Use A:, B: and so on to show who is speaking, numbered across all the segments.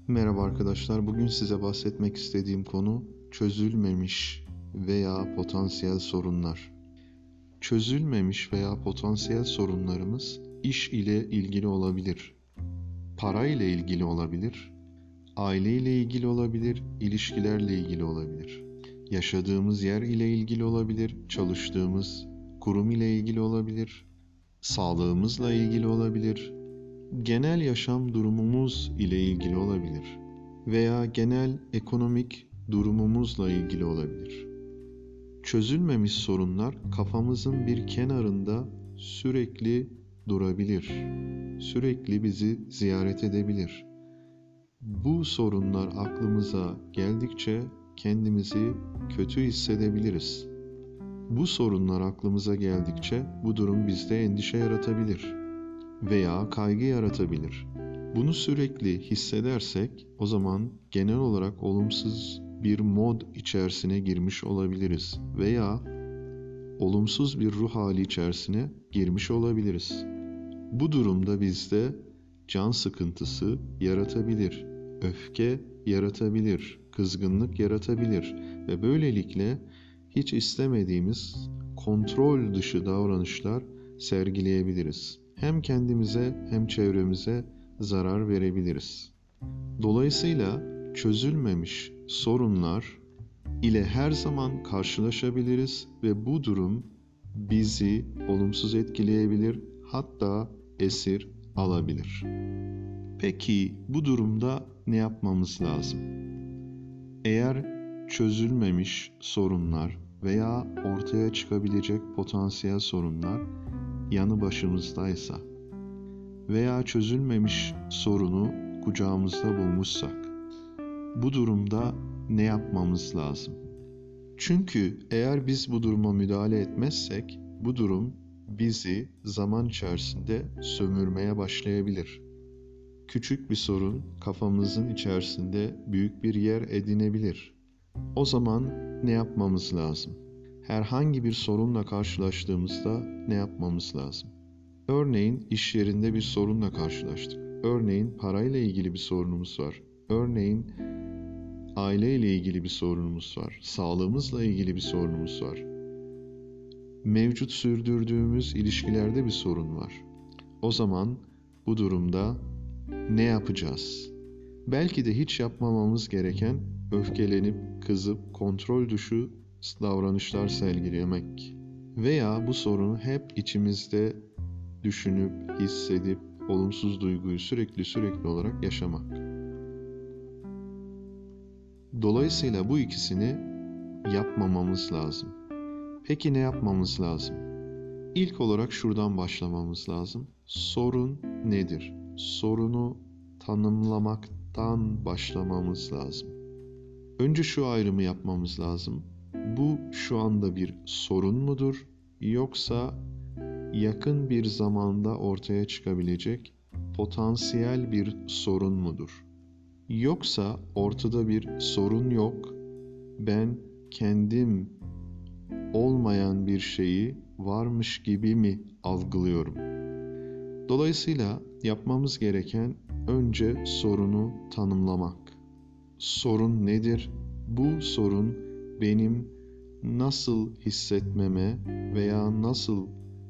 A: Merhaba arkadaşlar. Bugün size bahsetmek istediğim konu çözülmemiş veya potansiyel sorunlar. Çözülmemiş veya potansiyel sorunlarımız iş ile ilgili olabilir, para ile ilgili olabilir, aile ile ilgili olabilir, ilişkilerle ilgili olabilir. Yaşadığımız yer ile ilgili olabilir, çalıştığımız kurum ile ilgili olabilir, sağlığımızla ilgili olabilir, genel yaşam durumumuz ile ilgili olabilir veya genel ekonomik durumumuzla ilgili olabilir. Çözülmemiş sorunlar kafamızın bir kenarında sürekli durabilir. Sürekli bizi ziyaret edebilir. Bu sorunlar aklımıza geldikçe kendimizi kötü hissedebiliriz. Bu sorunlar aklımıza geldikçe bu durum bizde endişe yaratabilir veya kaygı yaratabilir. Bunu sürekli hissedersek o zaman genel olarak olumsuz bir mod içerisine girmiş olabiliriz veya olumsuz bir ruh hali içerisine girmiş olabiliriz. Bu durumda bizde can sıkıntısı yaratabilir, öfke yaratabilir, kızgınlık yaratabilir ve böylelikle hiç istemediğimiz kontrol dışı davranışlar sergileyebiliriz. Hem kendimize hem çevremize zarar verebiliriz. Dolayısıyla çözülmemiş sorunlar ile her zaman karşılaşabiliriz ve bu durum bizi olumsuz etkileyebilir, hatta esir alabilir. Peki bu durumda ne yapmamız lazım? Eğer çözülmemiş sorunlar veya ortaya çıkabilecek potansiyel sorunlar yanı başımızdaysa veya çözülmemiş sorunu kucağımızda bulmuşsak, bu durumda ne yapmamız lazım? Çünkü eğer biz bu duruma müdahale etmezsek, bu durum bizi zaman içerisinde sömürmeye başlayabilir. Küçük bir sorun kafamızın içerisinde büyük bir yer edinebilir. O zaman ne yapmamız lazım? Herhangi bir sorunla karşılaştığımızda ne yapmamız lazım? Örneğin iş yerinde bir sorunla karşılaştık. Örneğin parayla ilgili bir sorunumuz var. Örneğin aileyle ilgili bir sorunumuz var. Sağlığımızla ilgili bir sorunumuz var. Mevcut sürdürdüğümüz ilişkilerde bir sorun var. O zaman bu durumda ne yapacağız? Belki de hiç yapmamamız gereken öfkelenip, kızıp, kontrol dışı davranışlar sergilemek veya bu sorunu hep içimizde düşünüp, hissedip, olumsuz duyguyu sürekli olarak yaşamak. Dolayısıyla bu ikisini yapmamamız lazım. Peki ne yapmamız lazım? İlk olarak şuradan başlamamız lazım. Sorun nedir? Sorunu tanımlamaktan başlamamız lazım. Önce şu ayrımı yapmamız lazım. Bu şu anda bir sorun mudur? Yoksa yakın bir zamanda ortaya çıkabilecek potansiyel bir sorun mudur? Yoksa ortada bir sorun yok, ben kendim olmayan bir şeyi varmış gibi mi algılıyorum? Dolayısıyla yapmamız gereken önce sorunu tanımlamak. Sorun nedir? Bu sorun benim nasıl hissetmeme veya nasıl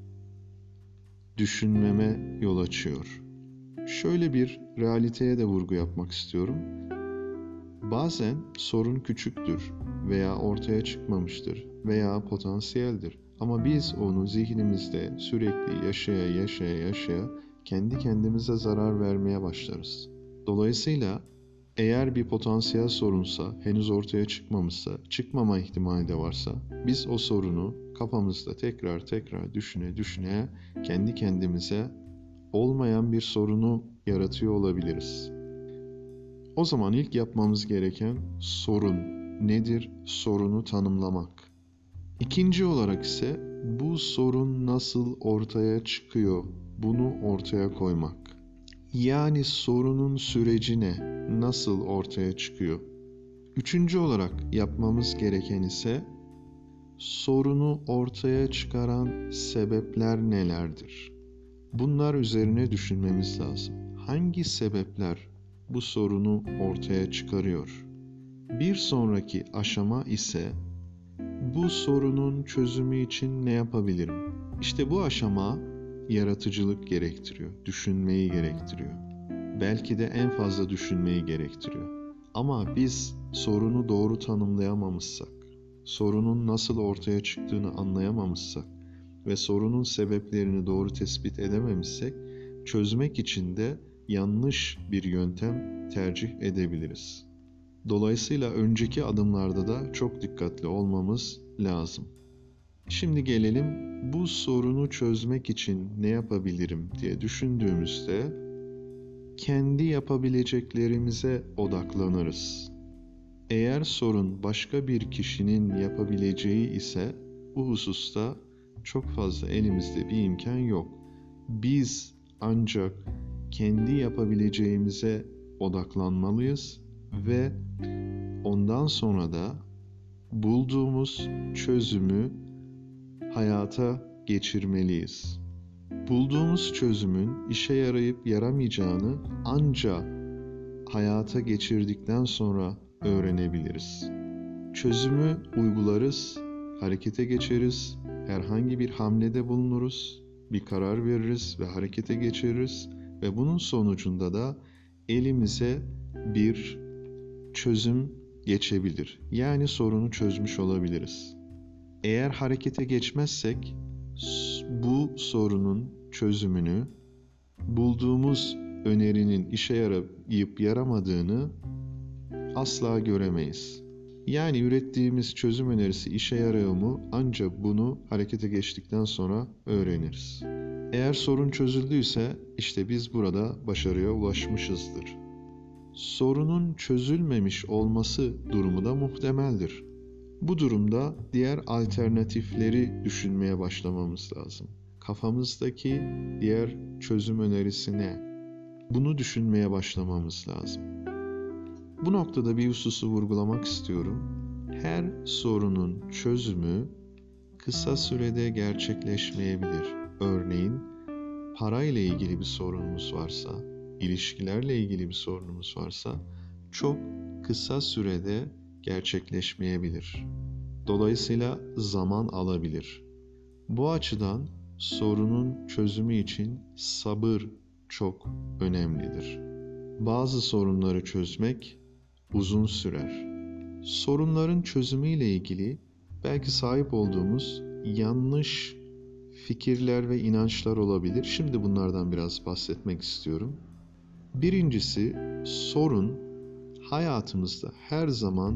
A: düşünmeme yol açıyor? Şöyle bir realiteye de vurgu yapmak istiyorum. Bazen sorun küçüktür veya ortaya çıkmamıştır veya potansiyeldir. Ama biz onu zihnimizde sürekli yaşaya kendi kendimize zarar vermeye başlarız. Dolayısıyla eğer bir potansiyel sorunsa, henüz ortaya çıkmamışsa, çıkmama ihtimali de varsa, biz o sorunu kafamızda tekrar düşüne kendi kendimize olmayan bir sorunu yaratıyor olabiliriz. O zaman ilk yapmamız gereken sorun nedir? Sorunu tanımlamak. İkinci olarak ise bu sorun nasıl ortaya çıkıyor? Bunu ortaya koymak. Yani sorunun süreci ne? Nasıl ortaya çıkıyor? Üçüncü olarak yapmamız gereken ise sorunu ortaya çıkaran sebepler nelerdir? Bunlar üzerine düşünmemiz lazım. Hangi sebepler bu sorunu ortaya çıkarıyor. Bir sonraki aşama ise bu sorunun çözümü için ne yapabilirim? İşte bu aşama yaratıcılık gerektiriyor, düşünmeyi gerektiriyor. Belki de en fazla düşünmeyi gerektiriyor. Ama biz sorunu doğru tanımlayamamışsak, sorunun nasıl ortaya çıktığını anlayamamışsak ve sorunun sebeplerini doğru tespit edememişsek, çözmek için de yanlış bir yöntem tercih edebiliriz. Dolayısıyla önceki adımlarda da çok dikkatli olmamız lazım. Şimdi gelelim bu sorunu çözmek için ne yapabilirim diye düşündüğümüzde kendi yapabileceklerimize odaklanırız. Eğer sorun başka bir kişinin yapabileceği ise bu hususta çok fazla elimizde bir imkan yok. Biz ancak kendi yapabileceğimize odaklanmalıyız ve ondan sonra da bulduğumuz çözümü hayata geçirmeliyiz. Bulduğumuz çözümün işe yarayıp yaramayacağını ancak hayata geçirdikten sonra öğrenebiliriz. Çözümü uygularız, harekete geçeriz, herhangi bir hamlede bulunuruz, bir karar veririz ve harekete geçiririz ve bunun sonucunda da elimize bir çözüm geçebilir. Yani sorunu çözmüş olabiliriz. Eğer harekete geçmezsek bu sorunun çözümünü bulduğumuz önerinin işe yarayıp yaramadığını asla göremeyiz. Yani ürettiğimiz çözüm önerisi işe yarıyor mu ancak bunu harekete geçtikten sonra öğreniriz. Eğer sorun çözüldüyse işte biz burada başarıya ulaşmışızdır. Sorunun çözülmemiş olması durumu da muhtemeldir. Bu durumda diğer alternatifleri düşünmeye başlamamız lazım. Kafamızdaki diğer çözüm önerisi ne? Bunu düşünmeye başlamamız lazım. Bu noktada bir hususu vurgulamak istiyorum. Her sorunun çözümü kısa sürede gerçekleşmeyebilir. Örneğin parayla ilgili bir sorunumuz varsa, ilişkilerle ilgili bir sorunumuz varsa çok kısa sürede gerçekleşmeyebilir. Dolayısıyla zaman alabilir. Bu açıdan sorunun çözümü için sabır çok önemlidir. Bazı sorunları çözmek uzun sürer. Sorunların çözümüyle ilgili belki sahip olduğumuz yanlış fikirler ve inançlar olabilir. Şimdi bunlardan biraz bahsetmek istiyorum. Birincisi, sorun hayatımızda her zaman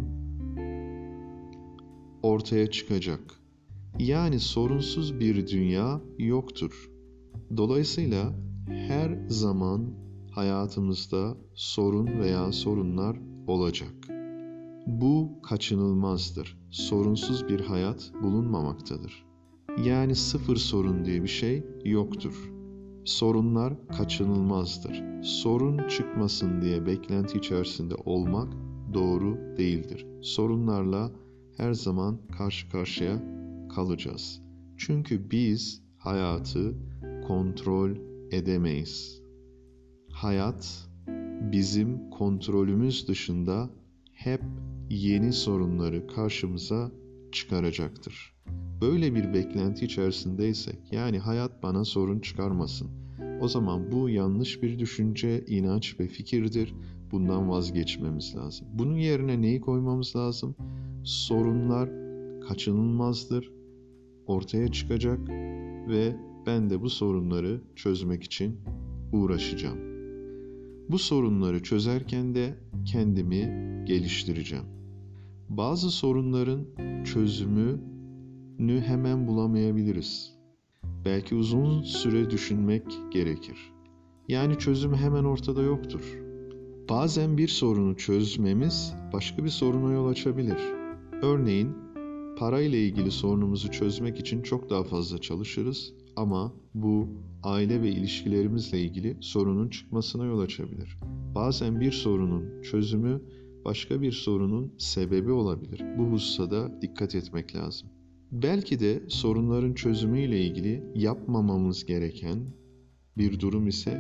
A: ortaya çıkacak. Yani sorunsuz bir dünya yoktur. Dolayısıyla her zaman hayatımızda sorun veya sorunlar olacak. Bu kaçınılmazdır. Sorunsuz bir hayat bulunmamaktadır. Yani sıfır sorun diye bir şey yoktur. Sorunlar kaçınılmazdır. Sorun çıkmasın diye beklenti içerisinde olmak doğru değildir. Sorunlarla her zaman karşı karşıya kalacağız. Çünkü biz hayatı kontrol edemeyiz. Hayat bizim kontrolümüz dışında hep yeni sorunları karşımıza çıkaracaktır. Böyle bir beklenti içerisindeysek, yani hayat bana sorun çıkarmasın, o zaman bu yanlış bir düşünce, inanç ve fikirdir. Bundan vazgeçmemiz lazım. Bunun yerine neyi koymamız lazım? Sorunlar kaçınılmazdır, ortaya çıkacak ve ben de bu sorunları çözmek için uğraşacağım. Bu sorunları çözerken de kendimi geliştireceğim. Bazı sorunların çözümünü hemen bulamayabiliriz. Belki uzun süre düşünmek gerekir. Yani çözüm hemen ortada yoktur. Bazen bir sorunu çözmemiz başka bir soruna yol açabilir. Örneğin parayla ilgili sorunumuzu çözmek için çok daha fazla çalışırız ama bu aile ve ilişkilerimizle ilgili sorunun çıkmasına yol açabilir. Bazen bir sorunun çözümü başka bir sorunun sebebi olabilir. Bu hususa da dikkat etmek lazım. Belki de sorunların çözümüyle ilgili yapmamamız gereken bir durum ise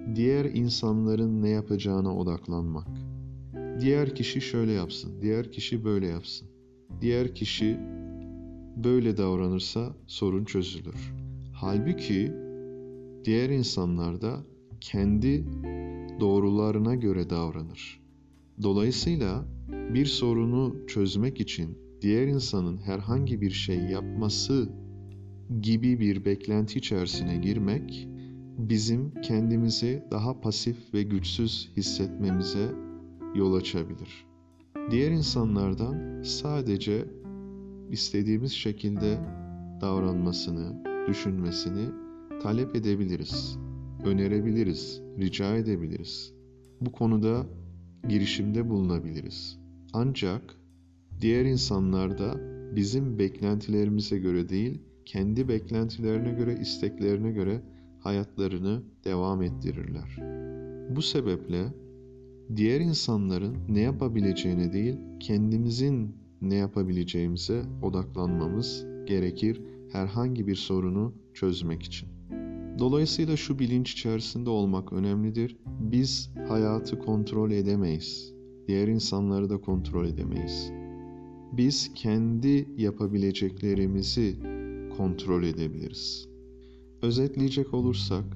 A: diğer insanların ne yapacağına odaklanmak. Diğer kişi şöyle yapsın, diğer kişi böyle yapsın. Diğer kişi böyle davranırsa sorun çözülür. Halbuki diğer insanlar da kendi doğrularına göre davranır. Dolayısıyla bir sorunu çözmek için diğer insanın herhangi bir şey yapması gibi bir beklenti içerisine girmek bizim kendimizi daha pasif ve güçsüz hissetmemize yol açabilir. Diğer insanlardan sadece istediğimiz şekilde davranmasını, düşünmesini talep edebiliriz, önerebiliriz, rica edebiliriz. Bu konuda girişimde bulunabiliriz. Ancak diğer insanlar da bizim beklentilerimize göre değil, kendi beklentilerine göre, isteklerine göre hayatlarını devam ettirirler. Bu sebeple diğer insanların ne yapabileceğine değil, kendimizin ne yapabileceğimize odaklanmamız gerekir herhangi bir sorunu çözmek için. Dolayısıyla şu bilinç içerisinde olmak önemlidir. Biz hayatı kontrol edemeyiz. Diğer insanları da kontrol edemeyiz. Biz kendi yapabileceklerimizi kontrol edebiliriz. Özetleyecek olursak,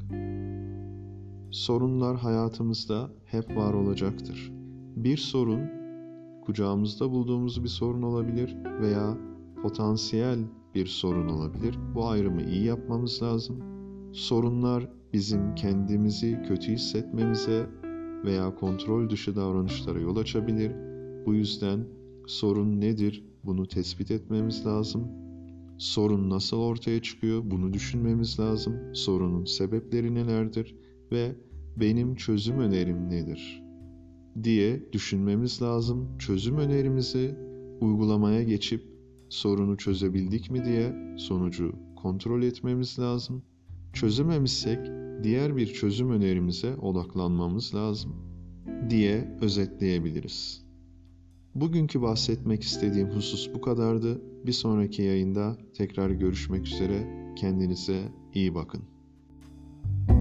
A: sorunlar hayatımızda hep var olacaktır. Bir sorun, kucağımızda bulduğumuz bir sorun olabilir veya potansiyel bir sorun olabilir. Bu ayrımı iyi yapmamız lazım. Sorunlar bizim kendimizi kötü hissetmemize veya kontrol dışı davranışlara yol açabilir. Bu yüzden sorun nedir? Bunu tespit etmemiz lazım. Sorun nasıl ortaya çıkıyor? Bunu düşünmemiz lazım. Sorunun sebepleri nelerdir? Ve benim çözüm önerim nedir diye düşünmemiz lazım. Çözüm önerimizi uygulamaya geçip sorunu çözebildik mi diye sonucu kontrol etmemiz lazım. Çözememişsek diğer bir çözüm önerimize odaklanmamız lazım diye özetleyebiliriz. Bugünkü bahsetmek istediğim husus bu kadardı. Bir sonraki yayında tekrar görüşmek üzere. Kendinize iyi bakın.